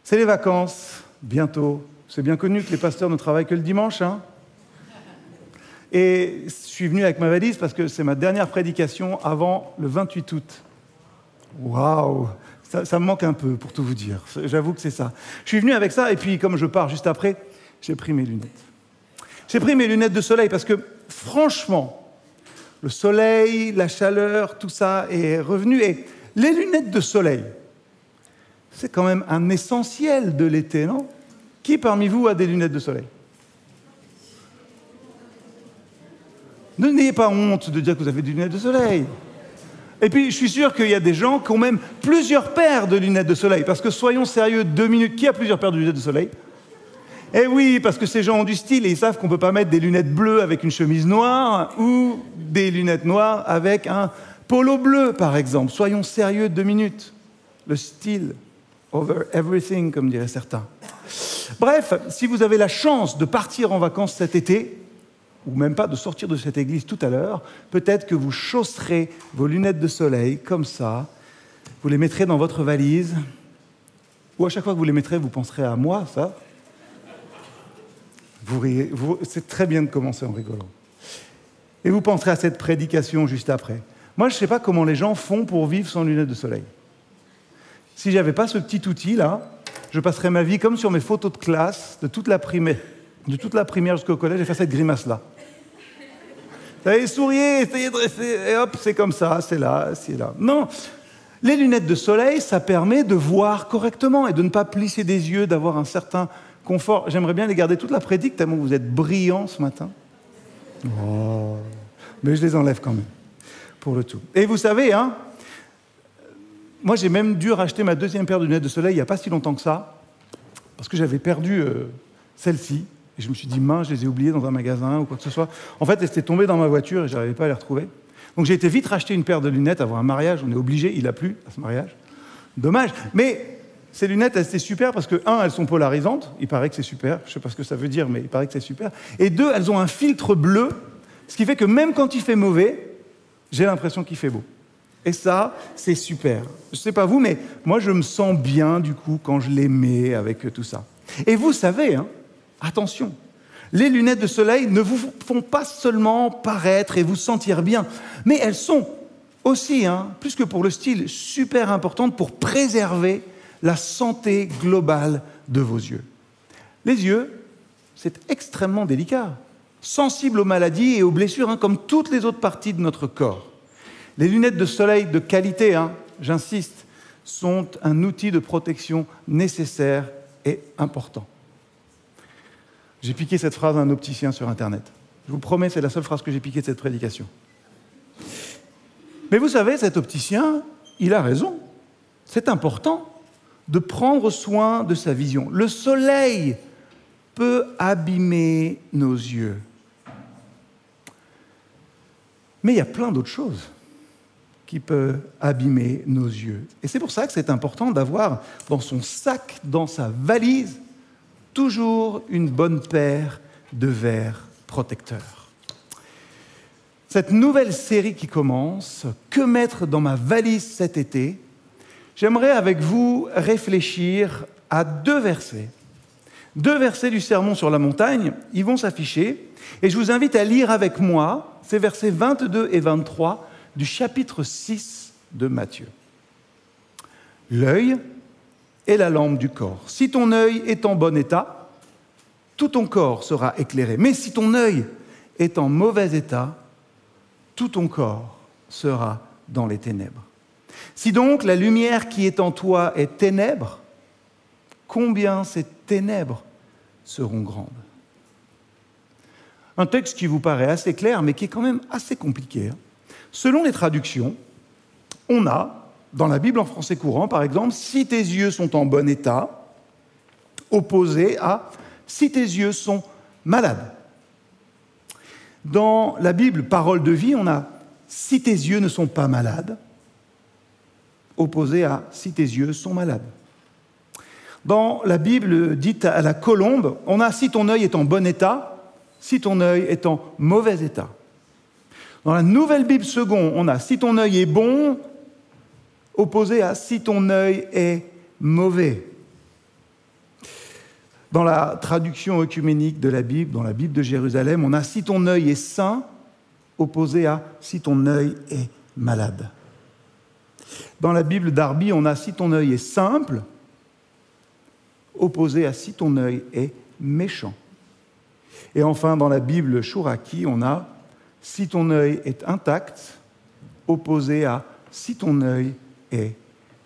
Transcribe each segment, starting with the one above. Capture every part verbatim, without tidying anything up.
C'est les vacances, bientôt. C'est bien connu que les pasteurs ne travaillent que le dimanche, hein. Et je suis venu avec ma valise parce que c'est ma dernière prédication avant le vingt-huit août. Waouh, ça, ça me manque un peu, pour tout vous dire. J'avoue que c'est ça. Je suis venu avec ça, et puis comme je pars juste après, j'ai pris mes lunettes. J'ai pris mes lunettes de soleil parce que, franchement, le soleil, la chaleur, tout ça est revenu. Et les lunettes de soleil, c'est quand même un essentiel de l'été, non? Qui parmi vous a des lunettes de soleil? Ne n'ayez pas honte de dire que vous avez des lunettes de soleil. Et puis, je suis sûr qu'il y a des gens qui ont même plusieurs paires de lunettes de soleil. Parce que, soyons sérieux, deux minutes, qui a plusieurs paires de lunettes de soleil? Eh oui, parce que ces gens ont du style et ils savent qu'on ne peut pas mettre des lunettes bleues avec une chemise noire ou des lunettes noires avec un polo bleu, par exemple. Soyons sérieux, deux minutes. Le style, over everything, comme diraient certains. Bref, si vous avez la chance de partir en vacances cet été, ou même pas de sortir de cette église tout à l'heure, peut-être que vous chausserez vos lunettes de soleil, comme ça, vous les mettrez dans votre valise, ou à chaque fois que vous les mettrez, vous penserez à moi, ça. Vous riez, vous, c'est très bien de commencer en rigolant. Et vous penserez à cette prédication juste après. Moi, je ne sais pas comment les gens font pour vivre sans lunettes de soleil. Si je n'avais pas ce petit outil-là, je passerais ma vie comme sur mes photos de classe de toute la primaire, de toute la primaire jusqu'au collège, et faire cette grimace-là. Vous savez, souriez, essayez de rester, et hop, c'est comme ça, c'est là, c'est là. Non, les lunettes de soleil, ça permet de voir correctement et de ne pas plisser des yeux, d'avoir un certain confort. J'aimerais bien les garder toute la prédique, tellement vous êtes brillants ce matin. Oh. Mais je les enlève quand même, pour le tout. Et vous savez, hein, moi j'ai même dû racheter ma deuxième paire de lunettes de soleil il n'y a pas si longtemps que ça, parce que j'avais perdu euh, celle-ci. Et je me suis dit, mince, je les ai oubliées dans un magasin ou quoi que ce soit. En fait, elles étaient tombées dans ma voiture et je n'arrivais pas à les retrouver. Donc j'ai été vite racheter une paire de lunettes avant un mariage. On est obligé, il a plu à ce mariage. Dommage. Mais ces lunettes, elles étaient super parce que, un, elles sont polarisantes. Il paraît que c'est super. Je ne sais pas ce que ça veut dire, mais il paraît que c'est super. Et deux, elles ont un filtre bleu, ce qui fait que même quand il fait mauvais, j'ai l'impression qu'il fait beau. Et ça, c'est super. Je ne sais pas vous, mais moi, je me sens bien, du coup, quand je les mets avec tout ça. Et vous savez, hein, attention, les lunettes de soleil ne vous font pas seulement paraître et vous sentir bien, mais elles sont aussi, hein, plus que pour le style, super importantes pour préserver la santé globale de vos yeux. Les yeux, c'est extrêmement délicat, sensible aux maladies et aux blessures, hein, comme toutes les autres parties de notre corps. Les lunettes de soleil de qualité, hein, j'insiste, sont un outil de protection nécessaire et important. J'ai piqué cette phrase à un opticien sur Internet. Je vous promets, c'est la seule phrase que j'ai piquée de cette prédication. Mais vous savez, cet opticien, il a raison. C'est important de prendre soin de sa vision. Le soleil peut abîmer nos yeux. Mais il y a plein d'autres choses qui peuvent abîmer nos yeux. Et c'est pour ça que c'est important d'avoir dans son sac, dans sa valise, toujours une bonne paire de verres protecteurs. Cette nouvelle série qui commence, que mettre dans ma valise cet été? J'aimerais avec vous réfléchir à deux versets. Deux versets du Sermon sur la montagne, ils vont s'afficher, et je vous invite à lire avec moi ces versets vingt-deux et vingt-trois du chapitre six de Matthieu. L'œil est la lampe du corps. Si ton œil est en bon état, tout ton corps sera éclairé. Mais si ton œil est en mauvais état, tout ton corps sera dans les ténèbres. Si donc la lumière qui est en toi est ténèbres, combien ces ténèbres seront grandes? Un texte qui vous paraît assez clair, mais qui est quand même assez compliqué. Selon les traductions, on a, dans la Bible en français courant, par exemple, « Si tes yeux sont en bon état », opposé à « Si tes yeux sont malades ». Dans la Bible « Parole de vie », on a « Si tes yeux ne sont pas malades », opposé à « Si tes yeux sont malades ». Dans la Bible dite à la colombe, on a « Si ton œil est en bon état », « Si ton œil est en mauvais état ». Dans la Nouvelle Bible seconde, on a « Si ton œil est bon », opposé à « Si ton œil est mauvais ». Dans la traduction œcuménique de la Bible, dans la Bible de Jérusalem, on a « si ton œil est sain » opposé à « si ton œil est malade ». Dans la Bible d'Arby, on a « si ton œil est simple » opposé à « si ton œil est méchant ». Et enfin, dans la Bible Chouraki, on a « si ton œil est intact » opposé à « si ton œil est criminel ».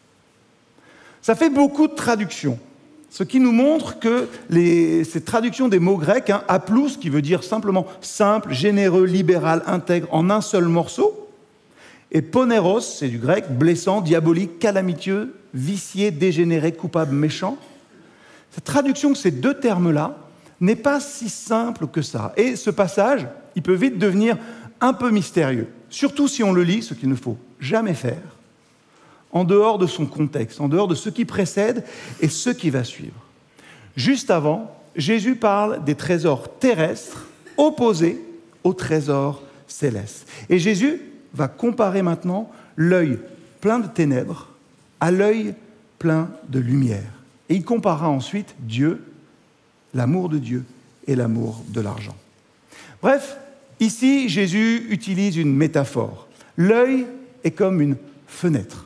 Ça fait beaucoup de traductions, ce qui nous montre que les, ces traductions des mots grecs, hein, aplous, qui veut dire simplement simple, généreux, libéral, intègre, en un seul morceau, et poneros, c'est du grec, blessant, diabolique, calamiteux, vicié, dégénéré, coupable, méchant. Cette traduction de ces deux termes-là n'est pas si simple que ça. Et ce passage, il peut vite devenir un peu mystérieux, surtout si on le lit, ce qu'il ne faut jamais faire, en dehors de son contexte, en dehors de ce qui précède et ce qui va suivre. Juste avant, Jésus parle des trésors terrestres opposés aux trésors célestes. Et Jésus va comparer maintenant l'œil plein de ténèbres à l'œil plein de lumière. Et il comparera ensuite Dieu, l'amour de Dieu et l'amour de l'argent. Bref, ici, Jésus utilise une métaphore. L'œil est comme une fenêtre.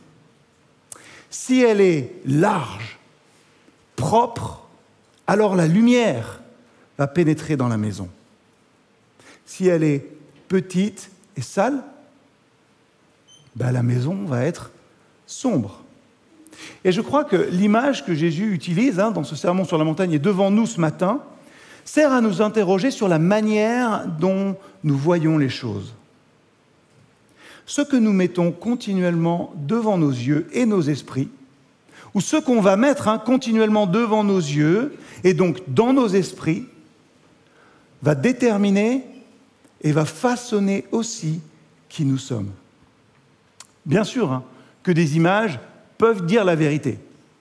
Si elle est large, propre, alors la lumière va pénétrer dans la maison. Si elle est petite et sale, ben la maison va être sombre. Et je crois que l'image que Jésus utilise hein, dans ce sermon sur la montagne et devant nous ce matin sert à nous interroger sur la manière dont nous voyons les choses. Ce que nous mettons continuellement devant nos yeux et nos esprits, ou ce qu'on va mettre hein, continuellement devant nos yeux et donc dans nos esprits, va déterminer et va façonner aussi qui nous sommes. Bien sûr hein, que des images peuvent dire la vérité.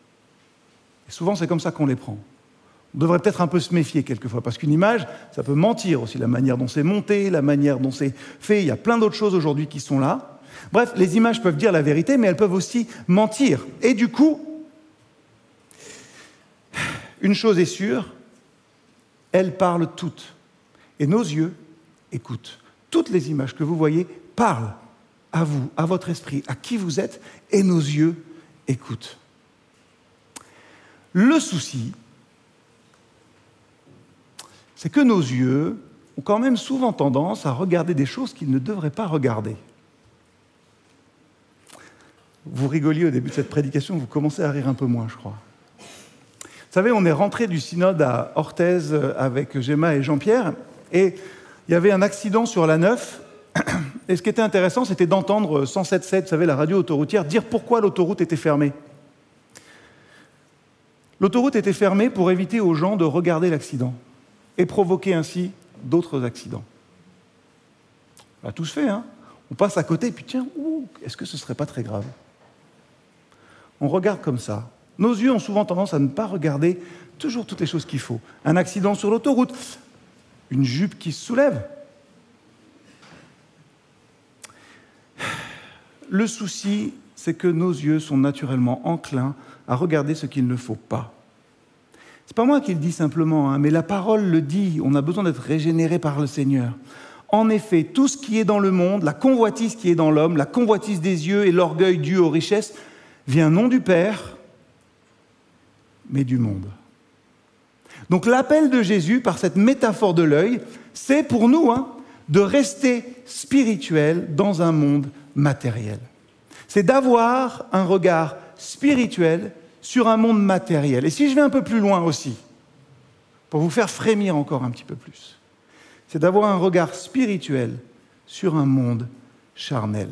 Et souvent, c'est comme ça qu'on les prend. On devrait peut-être un peu se méfier quelquefois, parce qu'une image, ça peut mentir aussi, la manière dont c'est monté, la manière dont c'est fait. Il y a plein d'autres choses aujourd'hui qui sont là. Bref, les images peuvent dire la vérité, mais elles peuvent aussi mentir. Et du coup, une chose est sûre, elles parlent toutes. Et nos yeux écoutent. Toutes les images que vous voyez parlent à vous, à votre esprit, à qui vous êtes, et nos yeux écoutent. Le souci, c'est que nos yeux ont quand même souvent tendance à regarder des choses qu'ils ne devraient pas regarder. Vous rigoliez au début de cette prédication, vous commencez à rire un peu moins, je crois. Vous savez, on est rentré du synode à Orthez avec Gemma et Jean-Pierre, et il y avait un accident sur l'A neuf, et ce qui était intéressant, c'était d'entendre cent sept sept, vous savez, la radio autoroutière, dire pourquoi l'autoroute était fermée. L'autoroute était fermée pour éviter aux gens de regarder l'accident et provoquer ainsi d'autres accidents. On a tous fait, hein. On passe à côté, et puis tiens, ouh, est-ce que ce ne serait pas très grave? On regarde comme ça. Nos yeux ont souvent tendance à ne pas regarder toujours toutes les choses qu'il faut. Un accident sur l'autoroute, une jupe qui se soulève. Le souci, c'est que nos yeux sont naturellement enclins à regarder ce qu'il ne faut pas. C'est pas moi qui le dis simplement, hein, mais la parole le dit. On a besoin d'être régénéré par le Seigneur. En effet, tout ce qui est dans le monde, la convoitise qui est dans l'homme, la convoitise des yeux et l'orgueil dû aux richesses, vient non du Père, mais du monde. Donc l'appel de Jésus, par cette métaphore de l'œil, c'est pour nous hein, de rester spirituel dans un monde matériel. C'est d'avoir un regard spirituel sur un monde matériel. Et si je vais un peu plus loin aussi, pour vous faire frémir encore un petit peu plus, c'est d'avoir un regard spirituel sur un monde charnel.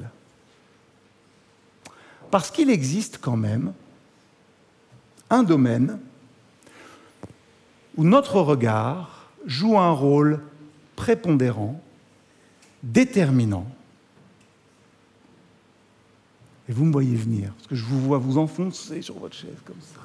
Parce qu'il existe quand même un domaine où notre regard joue un rôle prépondérant, déterminant. Et vous me voyez venir, parce que je vous vois vous enfoncer sur votre chaise comme ça.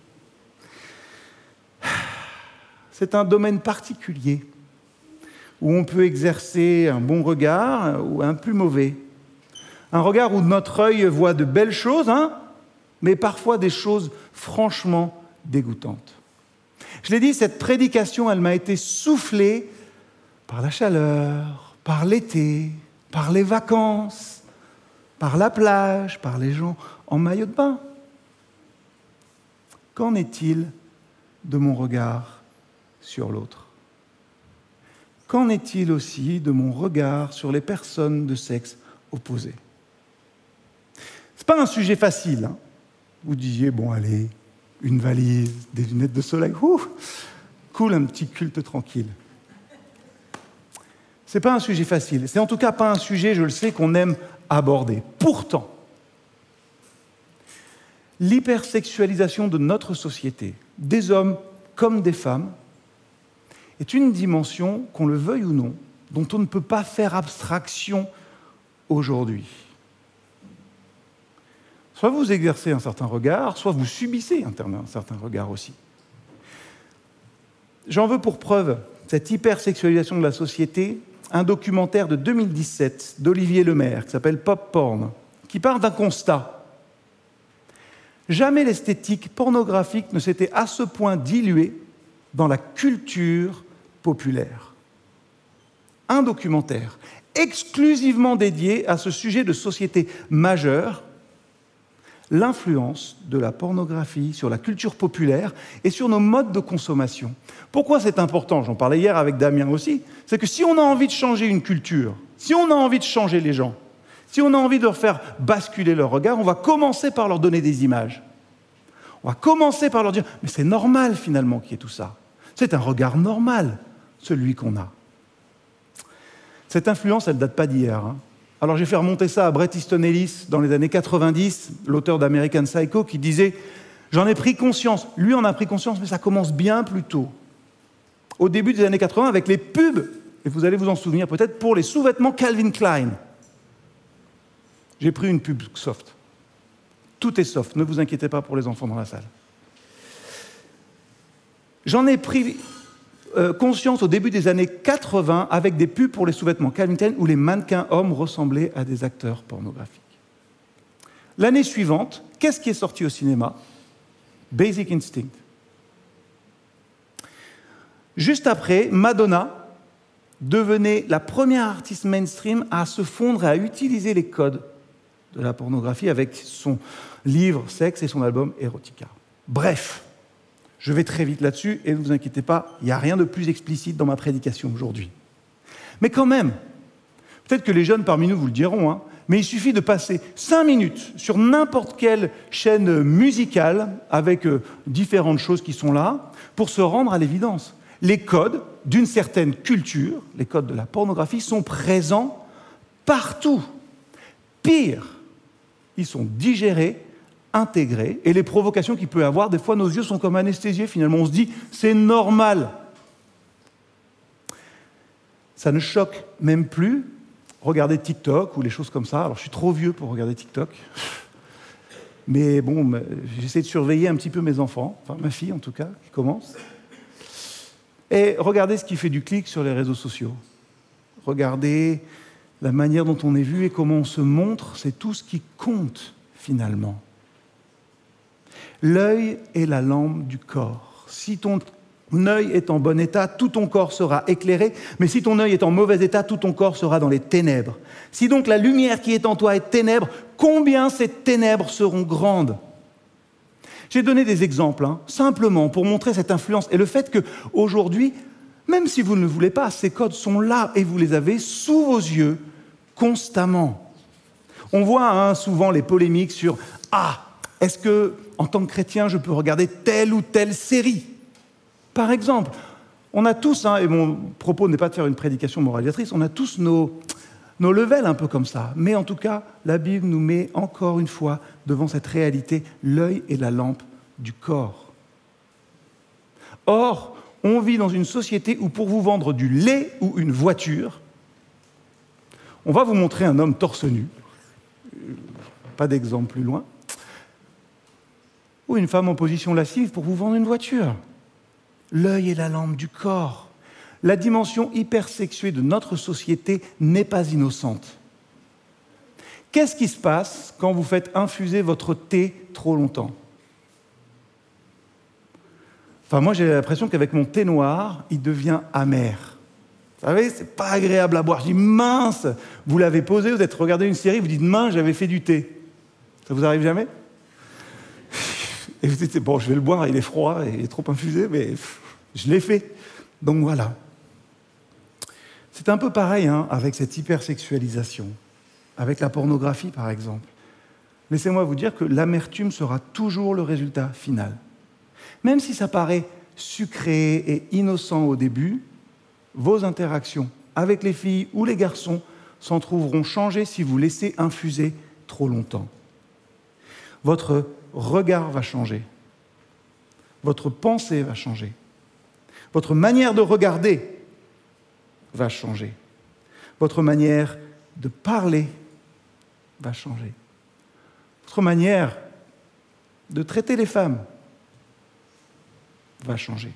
C'est un domaine particulier où on peut exercer un bon regard ou un plus mauvais. Un regard où notre œil voit de belles choses, hein, mais parfois des choses franchement dégoûtantes. Je l'ai dit, cette prédication, elle m'a été soufflée par la chaleur, par l'été, par les vacances, par la plage, par les gens en maillot de bain. Qu'en est-il de mon regard sur l'autre? Qu'en est-il aussi de mon regard sur les personnes de sexe opposé? Ce n'est pas un sujet facile. Hein. Vous disiez, bon allez, une valise, des lunettes de soleil, ouh, cool, un petit culte tranquille. Ce n'est pas un sujet facile. C'est en tout cas pas un sujet, je le sais, qu'on aime aborder. Pourtant, l'hypersexualisation de notre société, des hommes comme des femmes, est une dimension, qu'on le veuille ou non, dont on ne peut pas faire abstraction aujourd'hui. Soit vous exercez un certain regard, soit vous subissez un certain regard aussi. J'en veux pour preuve cette hypersexualisation de la société, un documentaire de deux mille dix-sept d'Olivier Lemaire qui s'appelle Pop Porn, qui part d'un constat. Jamais l'esthétique pornographique ne s'était à ce point diluée dans la culture populaire. Un documentaire exclusivement dédié à ce sujet de société majeur, l'influence de la pornographie sur la culture populaire et sur nos modes de consommation. Pourquoi c'est important? J'en parlais hier avec Damien aussi. C'est que si on a envie de changer une culture, si on a envie de changer les gens, si on a envie de leur faire basculer leur regard, on va commencer par leur donner des images. On va commencer par leur dire « mais c'est normal finalement qu'il y ait tout ça. C'est un regard normal, celui qu'on a. » Cette influence, elle ne date pas d'hier. Hein. Alors j'ai fait remonter ça à Bret Easton Ellis dans les années quatre-vingt-dix, l'auteur d'American Psycho, qui disait « j'en ai pris conscience ». Lui en a pris conscience, mais ça commence bien plus tôt. Au début des années quatre-vingts, avec les pubs, et vous allez vous en souvenir peut-être, pour les sous-vêtements Calvin Klein. J'ai pris une pub soft. Tout est soft, ne vous inquiétez pas pour les enfants dans la salle. J'en ai pris euh, conscience au début des années quatre-vingts avec des pubs pour les sous-vêtements Calvin Klein où les mannequins hommes ressemblaient à des acteurs pornographiques. L'année suivante, qu'est-ce qui est sorti au cinéma? Basic Instinct. Juste après, Madonna devenait la première artiste mainstream à se fondre et à utiliser les codes de la pornographie avec son livre Sexe et son album Erotica. Bref, je vais très vite là-dessus et ne vous inquiétez pas, il n'y a rien de plus explicite dans ma prédication aujourd'hui. Mais quand même, peut-être que les jeunes parmi nous vous le diront, hein, mais il suffit de passer cinq minutes sur n'importe quelle chaîne musicale avec euh, différentes choses qui sont là pour se rendre à l'évidence. Les codes d'une certaine culture, les codes de la pornographie, sont présents partout. Pire, ils sont digérés, intégrés, et les provocations qu'il peut y avoir, des fois nos yeux sont comme anesthésiés, finalement on se dit « c'est normal ». Ça ne choque même plus. Regardez TikTok ou les choses comme ça. Alors je suis trop vieux pour regarder TikTok, mais bon, j'essaie de surveiller un petit peu mes enfants, enfin ma fille en tout cas, qui commence. Et regardez ce qui fait du clic sur les réseaux sociaux. Regardez la manière dont on est vu et comment on se montre, c'est tout ce qui compte finalement. L'œil est la lampe du corps. Si ton œil est en bon état, tout ton corps sera éclairé, mais si ton œil est en mauvais état, tout ton corps sera dans les ténèbres. Si donc la lumière qui est en toi est ténèbres, combien ces ténèbres seront grandes? J'ai donné des exemples, hein, simplement pour montrer cette influence et le fait qu'aujourd'hui, même si vous ne le voulez pas, ces codes sont là et vous les avez sous vos yeux constamment. On voit hein, souvent les polémiques sur « Ah, est-ce que, en tant que chrétien, je peux regarder telle ou telle série ?» Par exemple, on a tous, hein, et mon propos n'est pas de faire une prédication moralisatrice, on a tous nos, nos levels un peu comme ça. Mais en tout cas, la Bible nous met encore une fois devant cette réalité, l'œil est la lampe du corps. Or, on vit dans une société où pour vous vendre du lait ou une voiture, on va vous montrer un homme torse nu, pas d'exemple plus loin, ou une femme en position lascive pour vous vendre une voiture. L'œil est la lampe du corps. La dimension hypersexuée de notre société n'est pas innocente. Qu'est-ce qui se passe quand vous faites infuser votre thé trop longtemps? Enfin, moi, j'ai l'impression qu'avec mon thé noir, il devient amer. Vous savez, c'est pas agréable à boire. Je dis, mince, vous l'avez posé, vous êtes regardé une série, vous dites, mince, j'avais fait du thé. Ça vous arrive jamais? Et vous dites, bon, je vais le boire, il est froid, il est trop infusé, mais pff, je l'ai fait. Donc voilà. C'est un peu pareil hein, avec cette hypersexualisation, avec la pornographie par exemple. Laissez-moi vous dire que l'amertume sera toujours le résultat final. Même si ça paraît sucré et innocent au début, vos interactions avec les filles ou les garçons s'en trouveront changées si vous laissez infuser trop longtemps. Votre regard va changer. Votre pensée va changer. Votre manière de regarder va changer. Votre manière de parler va changer. Votre manière de traiter les femmes va changer.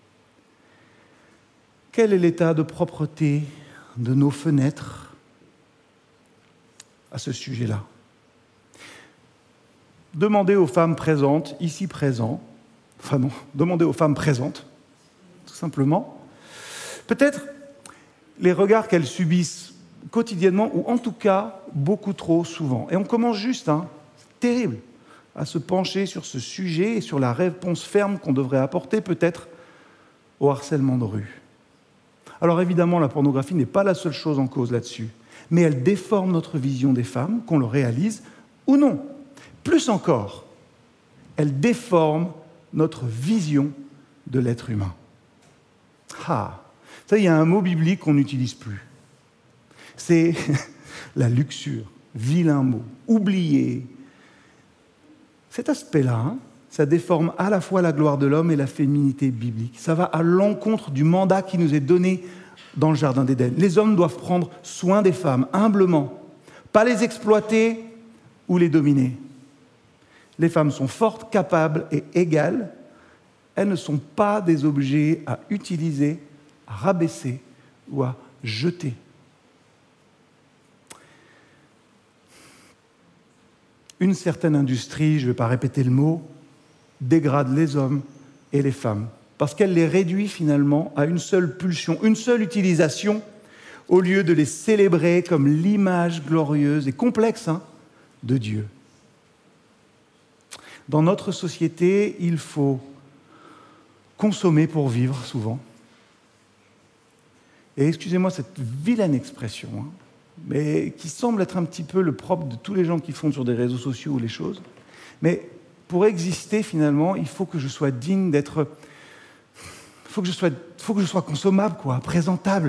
Quel est l'état de propreté de nos fenêtres à ce sujet-là? Demandez aux femmes présentes, ici présentes, enfin non, demandez aux femmes présentes, tout simplement, peut-être les regards qu'elles subissent quotidiennement, ou en tout cas beaucoup trop souvent. Et on commence juste, hein, c'est terrible, à se pencher sur ce sujet et sur la réponse ferme qu'on devrait apporter peut-être au harcèlement de rue. Alors évidemment, la pornographie n'est pas la seule chose en cause là-dessus, mais elle déforme notre vision des femmes, qu'on le réalise ou non. Plus encore, elle déforme notre vision de l'être humain. Ah, ça, il y a un mot biblique qu'on n'utilise plus. C'est la luxure, vilain mot, oublié. Cet aspect-là, hein, ça déforme à la fois la gloire de l'homme et la féminité biblique. Ça va à l'encontre du mandat qui nous est donné dans le Jardin d'Éden. Les hommes doivent prendre soin des femmes, humblement, pas les exploiter ou les dominer. Les femmes sont fortes, capables et égales. Elles ne sont pas des objets à utiliser, à rabaisser ou à jeter. Une certaine industrie, je ne vais pas répéter le mot, dégrade les hommes et les femmes, parce qu'elle les réduit finalement à une seule pulsion, une seule utilisation, au lieu de les célébrer comme l'image glorieuse et complexe hein, de Dieu. Dans notre société, il faut consommer pour vivre, souvent. Et excusez-moi cette vilaine expression, hein, mais qui semble être un petit peu le propre de tous les gens qui font sur des réseaux sociaux ou les choses. Mais pour exister, finalement, il faut que je sois digne d'être... Il faut que je sois, faut que je sois consommable, quoi, présentable.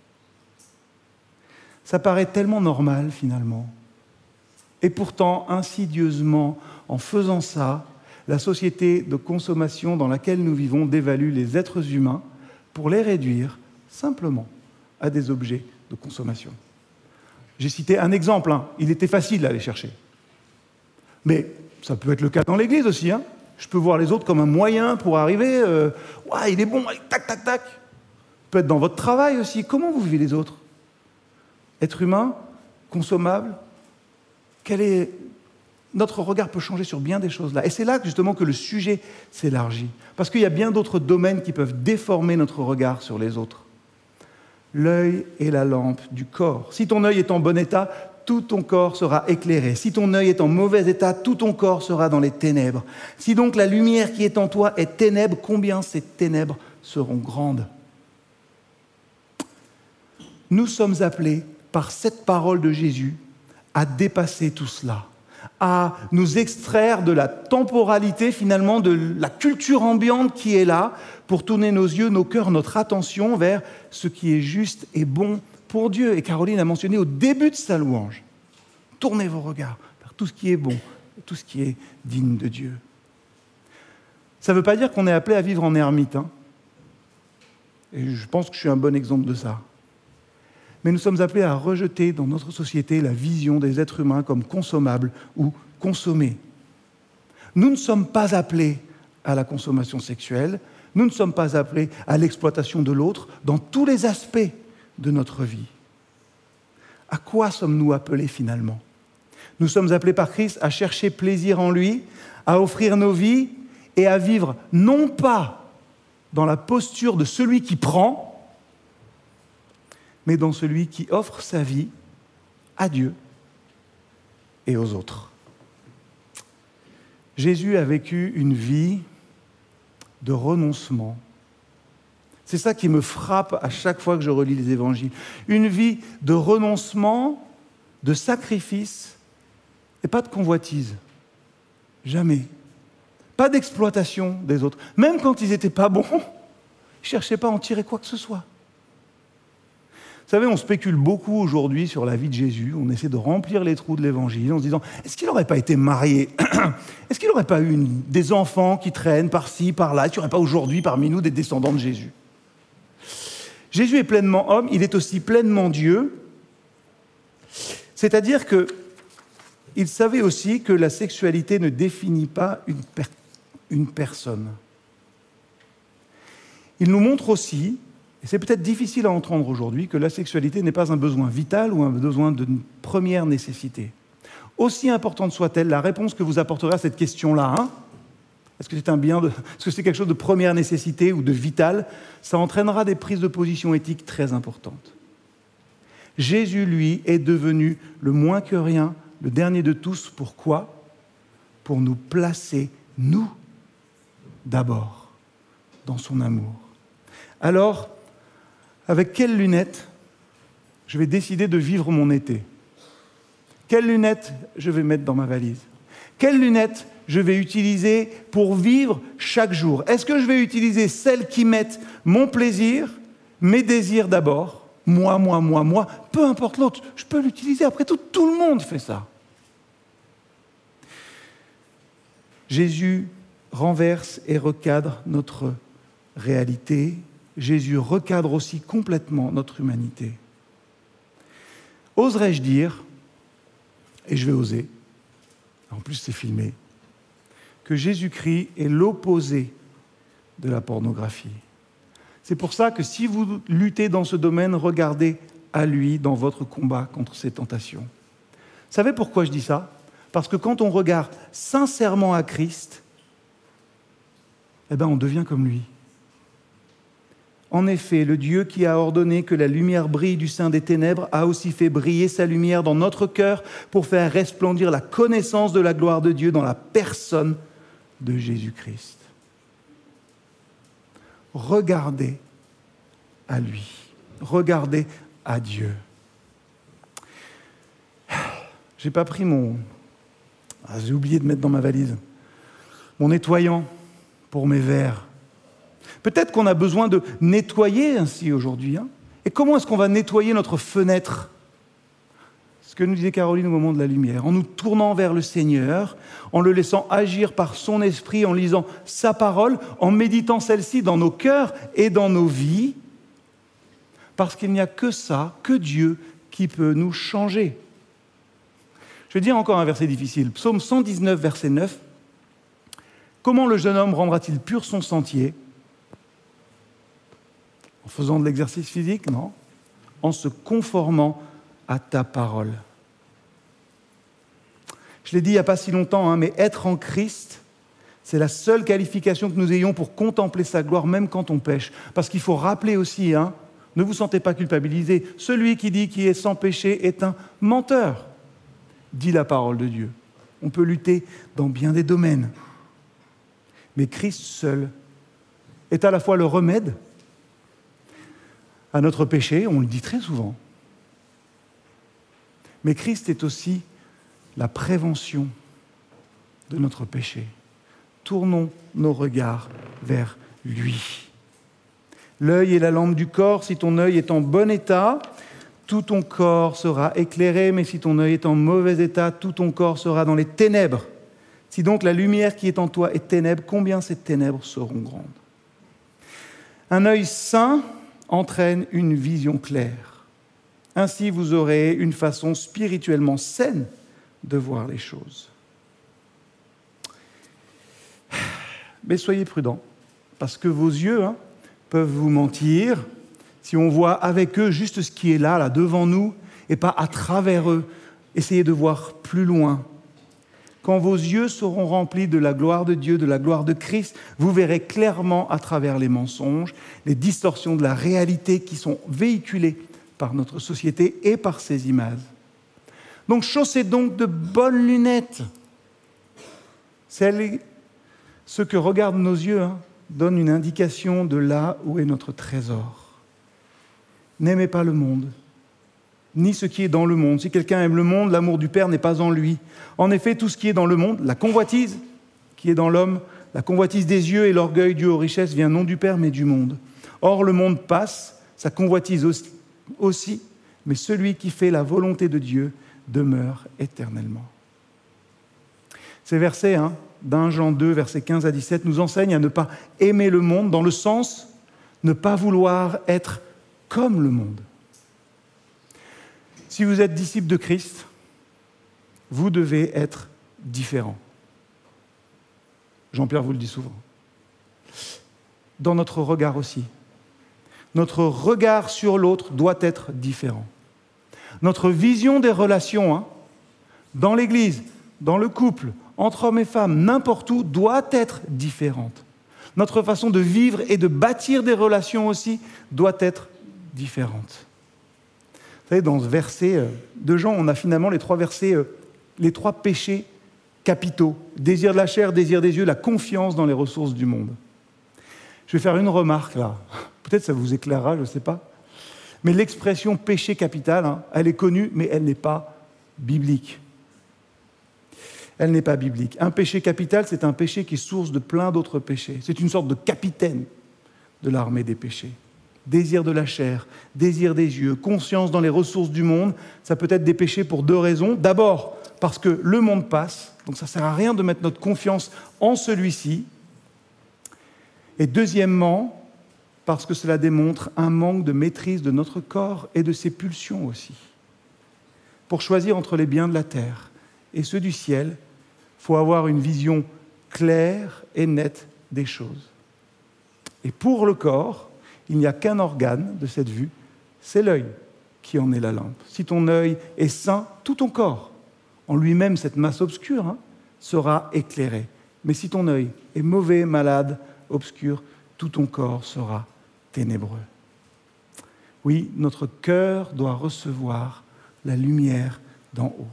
Ça paraît tellement normal, finalement. Et pourtant, insidieusement, en faisant ça, la société de consommation dans laquelle nous vivons dévalue les êtres humains pour les réduire simplement à des objets de consommation. J'ai cité un exemple, hein. Il était facile d'aller chercher. Mais ça peut être le cas dans l'Église aussi. Hein. Je peux voir les autres comme un moyen pour arriver. Euh, ouais, il est bon, allez, tac, tac, tac. Ça peut être dans votre travail aussi. Comment vous vivez les autres? Être humain, consommable. Quel est... Notre regard peut changer sur bien des choses là. Et c'est là justement que le sujet s'élargit. Parce qu'il y a bien d'autres domaines qui peuvent déformer notre regard sur les autres. L'œil est la lampe du corps. Si ton œil est en bon état, tout ton corps sera éclairé. Si ton œil est en mauvais état, tout ton corps sera dans les ténèbres. Si donc la lumière qui est en toi est ténèbre, combien ces ténèbres seront grandes? Nous sommes appelés par cette parole de Jésus à dépasser tout cela, à nous extraire de la temporalité, finalement, de la culture ambiante qui est là, pour tourner nos yeux, nos cœurs, notre attention vers ce qui est juste et bon pour Dieu. Et Caroline a mentionné au début de sa louange, tournez vos regards vers tout ce qui est bon, tout ce qui est digne de Dieu. Ça ne veut pas dire qu'on est appelé à vivre en ermite, hein. Et je pense que je suis un bon exemple de ça. Mais nous sommes appelés à rejeter dans notre société la vision des êtres humains comme consommables ou consommés. Nous ne sommes pas appelés à la consommation sexuelle, nous ne sommes pas appelés à l'exploitation de l'autre dans tous les aspects de notre vie. À quoi sommes-nous appelés finalement? Nous sommes appelés par Christ à chercher plaisir en lui, à offrir nos vies et à vivre non pas dans la posture de celui qui prend, mais dans celui qui offre sa vie à Dieu et aux autres. Jésus a vécu une vie de renoncement. C'est ça qui me frappe à chaque fois que je relis les évangiles. Une vie de renoncement, de sacrifice et pas de convoitise. Jamais. Pas d'exploitation des autres. Même quand ils n'étaient pas bons, ils ne cherchaient pas à en tirer quoi que ce soit. Vous savez, on spécule beaucoup aujourd'hui sur la vie de Jésus. On essaie de remplir les trous de l'évangile en se disant, est-ce qu'il n'aurait pas été marié? Est-ce qu'il n'aurait pas eu une, des enfants qui traînent par-ci, par-là? Est-ce qu'il n'y aurait pas aujourd'hui parmi nous des descendants de Jésus? Jésus est pleinement homme, il est aussi pleinement Dieu. C'est-à-dire qu'il savait aussi que la sexualité ne définit pas une, per- une personne. Il nous montre aussi, et c'est peut-être difficile à entendre aujourd'hui, que la sexualité n'est pas un besoin vital ou un besoin de première nécessité. Aussi importante soit-elle, la réponse que vous apporterez à cette question-là, hein, est-ce que c'est un bien de, est-ce que c'est quelque chose de première nécessité ou de vital? Ça entraînera des prises de position éthiques très importantes. Jésus, lui, est devenu le moins que rien, le dernier de tous. Pourquoi? Pour nous placer, nous, d'abord, dans son amour. Alors, avec quelles lunettes je vais décider de vivre mon été? Quelles lunettes je vais mettre dans ma valise? Quelles lunettes je vais utiliser pour vivre chaque jour? Est-ce que je vais utiliser celles qui mettent mon plaisir, mes désirs d'abord, moi, moi, moi, moi, peu importe l'autre, je peux l'utiliser, après tout, tout le monde fait ça. Jésus renverse et recadre notre réalité. Jésus recadre aussi complètement notre humanité. Oserais-je dire, et je vais oser, en plus c'est filmé, que Jésus-Christ est l'opposé de la pornographie. C'est pour ça que si vous luttez dans ce domaine, regardez à lui dans votre combat contre ces tentations. Vous savez pourquoi je dis ça? Parce que quand on regarde sincèrement à Christ, eh ben on devient comme lui. En effet, le Dieu qui a ordonné que la lumière brille du sein des ténèbres a aussi fait briller sa lumière dans notre cœur pour faire resplendir la connaissance de la gloire de Dieu dans la personne de Jésus-Christ. Regardez à lui, regardez à Dieu. J'ai pas pris mon... Ah, j'ai oublié de mettre dans ma valise mon nettoyant pour mes verres. Peut-être qu'on a besoin de nettoyer ainsi aujourd'hui. Hein. Et comment est-ce qu'on va nettoyer notre fenêtre? Ce que nous disait Caroline au moment de la lumière, en nous tournant vers le Seigneur, en le laissant agir par son esprit, en lisant sa parole, en méditant celle-ci dans nos cœurs et dans nos vies, parce qu'il n'y a que ça, que Dieu, qui peut nous changer. Je vais dire encore un verset difficile. Psaume cent dix-neuf, verset neuf. Comment le jeune homme rendra-t-il pur son sentier? En faisant de l'exercice physique, non? En se conformant à ta parole. Je l'ai dit il n'y a pas si longtemps, hein, mais être en Christ, c'est la seule qualification que nous ayons pour contempler sa gloire, même quand on pêche. Parce qu'il faut rappeler aussi, hein, ne vous sentez pas culpabilisé, celui qui dit qu'il est sans péché est un menteur, dit la parole de Dieu. On peut lutter dans bien des domaines. Mais Christ seul est à la fois le remède à notre péché, on le dit très souvent. Mais Christ est aussi la prévention de notre péché. Tournons nos regards vers lui. L'œil est la lampe du corps. Si ton œil est en bon état, tout ton corps sera éclairé, mais si ton œil est en mauvais état, tout ton corps sera dans les ténèbres. Si donc la lumière qui est en toi est ténèbre, combien ces ténèbres seront grandes? Un œil sain entraîne une vision claire. Ainsi, vous aurez une façon spirituellement saine de voir les choses. Mais soyez prudents, parce que vos yeux hein, peuvent vous mentir si on voit avec eux juste ce qui est là, là, devant nous, et pas à travers eux. Essayez de voir plus loin. Quand vos yeux seront remplis de la gloire de Dieu, de la gloire de Christ, vous verrez clairement à travers les mensonges, les distorsions de la réalité qui sont véhiculées par notre société et par ces images. Donc, chaussez donc de bonnes lunettes. Celles, ce que regardent nos yeux hein, donne une indication de là où est notre trésor. N'aimez pas le monde, ni ce qui est dans le monde. Si quelqu'un aime le monde, l'amour du Père n'est pas en lui. En effet, tout ce qui est dans le monde, la convoitise qui est dans l'homme, la convoitise des yeux et l'orgueil dû aux richesses vient non du Père, mais du monde. Or, le monde passe, sa convoitise aussi, mais celui qui fait la volonté de Dieu demeure éternellement. Ces versets, hein, d'un Jean deux, versets quinze à dix-sept, nous enseignent à ne pas aimer le monde, dans le sens ne pas vouloir être comme le monde. Si vous êtes disciple de Christ, vous devez être différent. Jean-Pierre vous le dit souvent. Dans notre regard aussi. Notre regard sur l'autre doit être différent. Notre vision des relations, hein, dans l'Église, dans le couple, entre hommes et femmes, n'importe où, doit être différente. Notre façon de vivre et de bâtir des relations aussi doit être différente. Vous savez, dans ce verset de Jean, on a finalement les trois versets, les trois péchés capitaux. Désir de la chair, désir des yeux, la confiance dans les ressources du monde. Je vais faire une remarque là. Peut-être ça vous éclairera, je ne sais pas. Mais l'expression péché capital, hein, elle est connue, mais elle n'est pas biblique. Elle n'est pas biblique. Un péché capital, c'est un péché qui est source de plein d'autres péchés. C'est une sorte de capitaine de l'armée des péchés. Désir de la chair, désir des yeux, conscience dans les ressources du monde, ça peut être des péchés pour deux raisons. D'abord, parce que le monde passe, donc ça ne sert à rien de mettre notre confiance en celui-ci. Et deuxièmement, parce que cela démontre un manque de maîtrise de notre corps et de ses pulsions aussi. Pour choisir entre les biens de la terre et ceux du ciel, il faut avoir une vision claire et nette des choses. Et pour le corps, il n'y a qu'un organe de cette vue, c'est l'œil qui en est la lampe. Si ton œil est sain, tout ton corps, en lui-même cette masse obscure, hein, sera éclairé. Mais si ton œil est mauvais, malade, obscur, tout ton corps sera ténébreux. Oui, notre cœur doit recevoir la lumière d'en haut.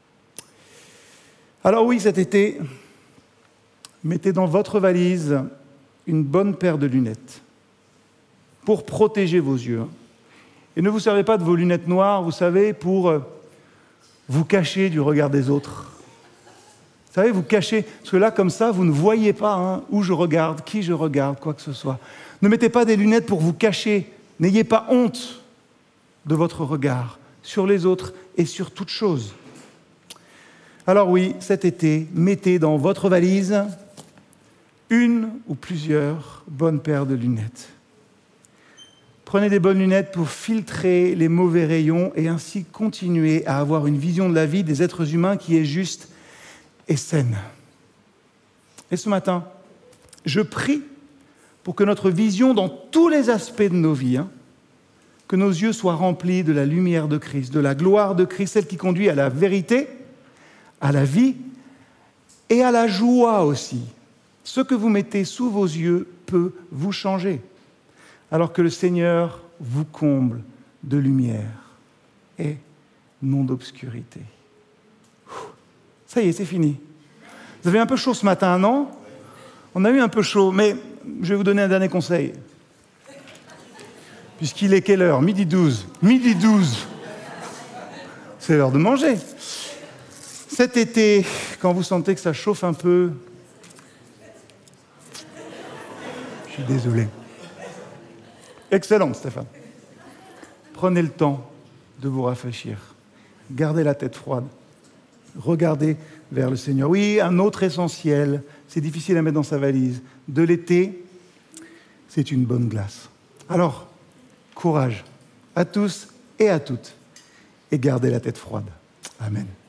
Alors oui, cet été, mettez dans votre valise une bonne paire de lunettes pour protéger vos yeux. Et ne vous servez pas de vos lunettes noires, vous savez, pour vous cacher du regard des autres. Vous savez, vous cachez, parce que là, comme ça, vous ne voyez pas hein, où je regarde, qui je regarde, quoi que ce soit. Ne mettez pas des lunettes pour vous cacher. N'ayez pas honte de votre regard sur les autres et sur toute chose. Alors oui, cet été, mettez dans votre valise une ou plusieurs bonnes paires de lunettes. Prenez des bonnes lunettes pour filtrer les mauvais rayons et ainsi continuer à avoir une vision de la vie des êtres humains qui est juste et saine. Et ce matin, je prie pour que notre vision dans tous les aspects de nos vies, hein, que nos yeux soient remplis de la lumière de Christ, de la gloire de Christ, celle qui conduit à la vérité, à la vie et à la joie aussi. Ce que vous mettez sous vos yeux peut vous changer, alors que le Seigneur vous comble de lumière et non d'obscurité. Ça y est, c'est fini. Vous avez un peu chaud ce matin, non? On a eu un peu chaud, mais je vais vous donner un dernier conseil. Puisqu'il est quelle heure? Midi douze. Midi douze. C'est l'heure de manger. Cet été, quand vous sentez que ça chauffe un peu, je suis désolé. Excellent, Stéphane. Prenez le temps de vous rafraîchir. Gardez la tête froide. Regardez vers le Seigneur. Oui, un autre essentiel, c'est difficile à mettre dans sa valise. De l'été, c'est une bonne glace. Alors, courage à tous et à toutes et gardez la tête froide. Amen.